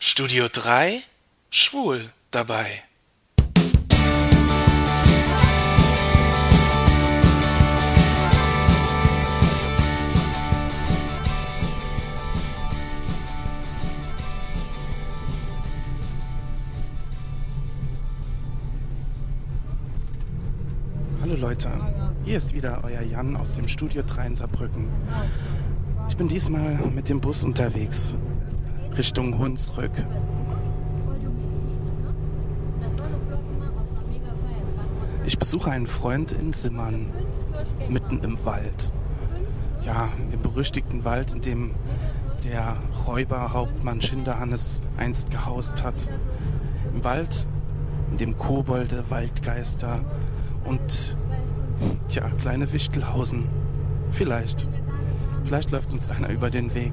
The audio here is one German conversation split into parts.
Studio 3 Schwul dabei. Hallo Leute, hier ist wieder euer Jan aus dem Studio 3 in Saarbrücken. Ich bin diesmal mit dem Bus unterwegs, Richtung Hunsrück. Ich besuche einen Freund in Simmern, mitten im Wald. Ja, in dem berüchtigten Wald, in dem der Räuberhauptmann Schinderhannes einst gehaust hat. Im Wald, in dem Kobolde, Waldgeister und kleine Wichtel hausen. Vielleicht läuft uns einer über den Weg.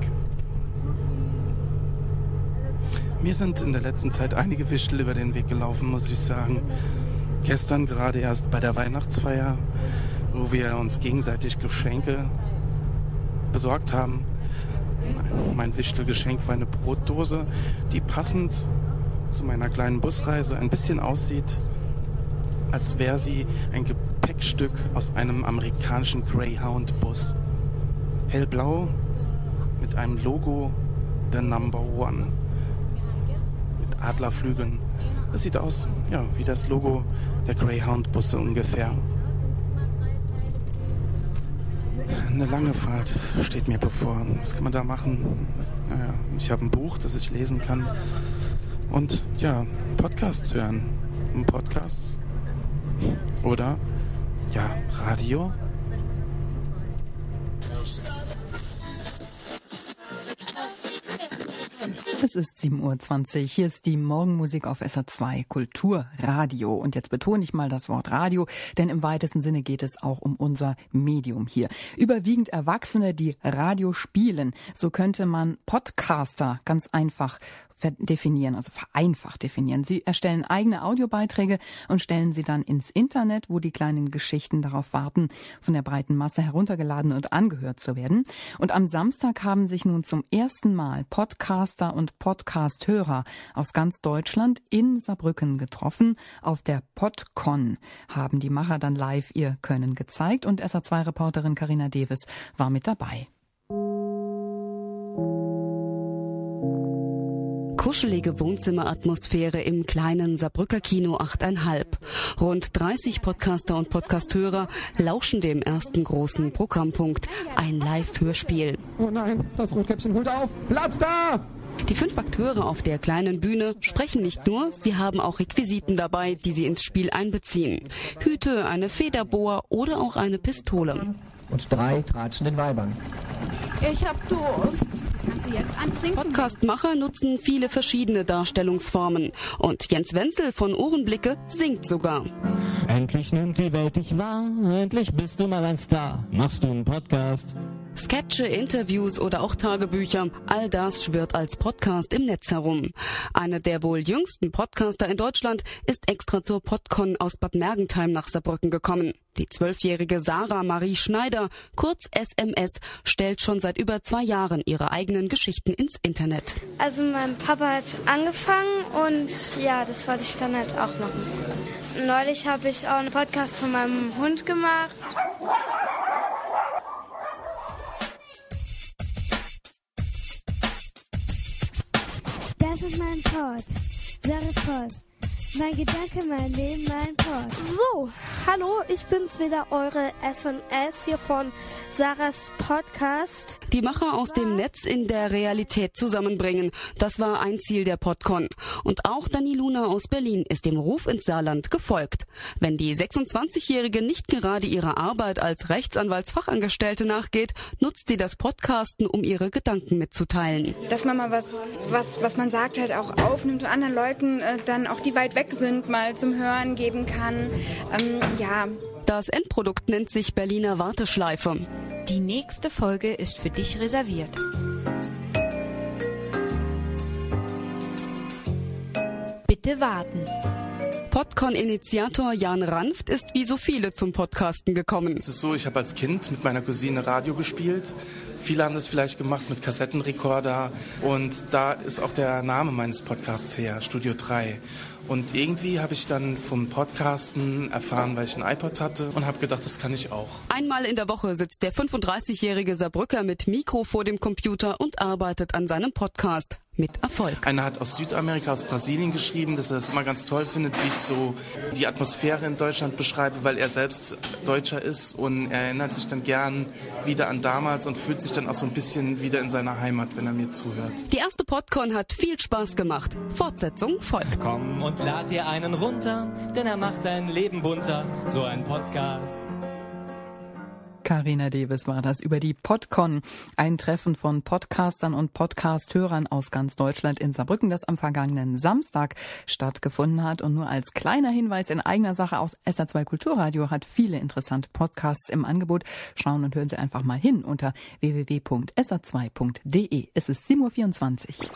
Mir sind in der letzten Zeit einige Wichtel über den Weg gelaufen, muss ich sagen. Gestern gerade erst bei der Weihnachtsfeier, wo wir uns gegenseitig Geschenke besorgt haben. Mein Wichtelgeschenk war eine Brotdose, die passend zu meiner kleinen Busreise ein bisschen aussieht, als wäre sie ein Gepäckstück aus einem amerikanischen Greyhound-Bus. Hellblau mit einem Logo The Number One. Mit Adlerflügeln. Es sieht aus, wie das Logo der Greyhound-Busse ungefähr. Eine lange Fahrt steht mir bevor. Was kann man da machen? Ich habe ein Buch, das ich lesen kann. Und Podcasts hören. Podcasts. Oder, Radio. Es ist 7:20 Uhr. Hier ist die Morgenmusik auf SR2 Kulturradio. Und jetzt betone ich mal das Wort Radio, denn im weitesten Sinne geht es auch um unser Medium hier. Überwiegend Erwachsene, die Radio spielen. So könnte man Podcaster ganz einfach definieren, also vereinfacht definieren. Sie erstellen eigene Audiobeiträge und stellen sie dann ins Internet, wo die kleinen Geschichten darauf warten, von der breiten Masse heruntergeladen und angehört zu werden. Und am Samstag haben sich nun zum ersten Mal Podcaster und Podcast-Hörer aus ganz Deutschland in Saarbrücken getroffen. Auf der PodCon haben die Macher dann live ihr Können gezeigt und SR2-Reporterin Carina Deves war mit dabei. Kuschelige Wohnzimmeratmosphäre im kleinen Saarbrücker Kino 8,5. Rund 30 Podcaster und Podcasthörer lauschen dem ersten großen Programmpunkt, ein Live-Hörspiel. Oh nein, das Rotkäppchen holt auf! Platz da! Die 5 Akteure auf der kleinen Bühne sprechen nicht nur, sie haben auch Requisiten dabei, die sie ins Spiel einbeziehen. Hüte, eine Federbohr oder auch eine Pistole. Und 3 tratschenden Weibern. Ich hab Durst. Kannst du jetzt antrinken? Podcastmacher nutzen viele verschiedene Darstellungsformen. Und Jens Wenzel von Ohrenblicke singt sogar. Endlich nimmt die Welt dich wahr, endlich bist du mal ein Star. Machst du einen Podcast? Sketche, Interviews oder auch Tagebücher, all das schwirrt als Podcast im Netz herum. Einer der wohl jüngsten Podcaster in Deutschland ist extra zur PodCon aus Bad Mergentheim nach Saarbrücken gekommen. Die 12-jährige Sarah Marie Schneider, kurz SMS, stellt schon seit über 2 Jahren ihre eigenen Geschichten ins Internet. Also mein Papa hat angefangen und das wollte ich dann halt auch machen. Neulich habe ich auch einen Podcast von meinem Hund gemacht. Das ist mein Pod. Sarahs Pod. Mein Gedanke, mein Leben, mein Pod. So, hallo, ich bin's wieder, eure SMS hier von Sarahs Podcast. Die Macher aus dem Netz in der Realität zusammenbringen, das war ein Ziel der PodCon. Und auch Dani Luna aus Berlin ist dem Ruf ins Saarland gefolgt. Wenn die 26-Jährige nicht gerade ihrer Arbeit als Rechtsanwaltsfachangestellte nachgeht, nutzt sie das Podcasten, um ihre Gedanken mitzuteilen. Dass man mal was man sagt, halt auch aufnimmt und anderen Leuten dann auch die weit weg sind, mal zum Hören geben kann. Das Endprodukt nennt sich Berliner Warteschleife. Die nächste Folge ist für dich reserviert. Bitte warten. PodCon-Initiator Jan Ranft ist wie so viele zum Podcasten gekommen. Es ist so, ich habe als Kind mit meiner Cousine Radio gespielt. Viele haben das vielleicht gemacht mit Kassettenrekorder und da ist auch der Name meines Podcasts her, Studio 3. Und irgendwie habe ich dann vom Podcasten erfahren, weil ich ein iPod hatte und habe gedacht, das kann ich auch. Einmal in der Woche sitzt der 35-jährige Saarbrücker mit Mikro vor dem Computer und arbeitet an seinem Podcast. Mit Erfolg. Einer hat aus Südamerika, aus Brasilien geschrieben, dass er das immer ganz toll findet, wie ich so die Atmosphäre in Deutschland beschreibe, weil er selbst Deutscher ist und er erinnert sich dann gern wieder an damals und fühlt sich dann auch so ein bisschen wieder in seiner Heimat, wenn er mir zuhört. Die erste Podcon hat viel Spaß gemacht. Fortsetzung folgt. Komm und lad dir einen runter, denn er macht dein Leben bunter. So ein Podcast. Carina Dewes war das über die Podcon, ein Treffen von Podcastern und Podcast-Hörern aus ganz Deutschland in Saarbrücken, das am vergangenen Samstag stattgefunden hat. Und nur als kleiner Hinweis in eigener Sache, aus SR2 Kulturradio hat viele interessante Podcasts im Angebot. Schauen und hören Sie einfach mal hin unter www.sr2.de. Es ist 7:24 Uhr.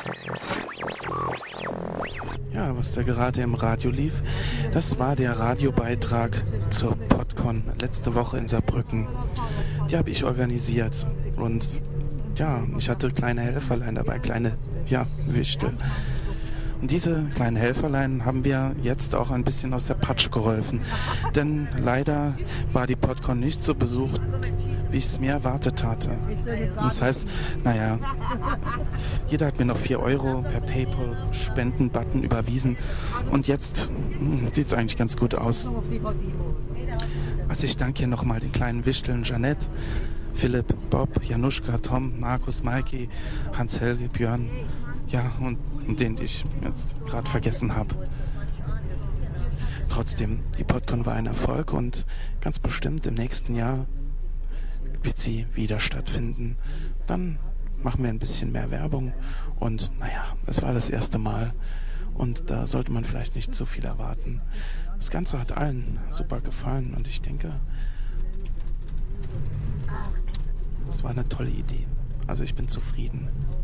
Ja, was da gerade im Radio lief, das war der Radiobeitrag zur Podcon letzte Woche in Saarbrücken. Die habe ich organisiert und ja, ich hatte kleine Helferlein dabei, kleine Wichtel. Und diese kleinen Helferlein haben wir jetzt auch ein bisschen aus der Patsche geholfen. Denn leider war die Podcon nicht so besucht, wie ich es mir erwartet hatte. Und das heißt, jeder hat mir noch 4 € per PayPal-Spenden-Button überwiesen. Und jetzt sieht es eigentlich ganz gut aus. Also ich danke hier nochmal den kleinen Wichteln Jeanette, Philipp, Bob, Januszka, Tom, Markus, Maiki, Hans-Helge, Björn, und den, die ich jetzt gerade vergessen habe. Trotzdem, die Podcon war ein Erfolg und ganz bestimmt im nächsten Jahr wird sie wieder stattfinden. Dann machen wir ein bisschen mehr Werbung und es war das erste Mal und da sollte man vielleicht nicht zu viel erwarten. Das Ganze hat allen super gefallen und ich denke, es war eine tolle Idee. Also ich bin zufrieden.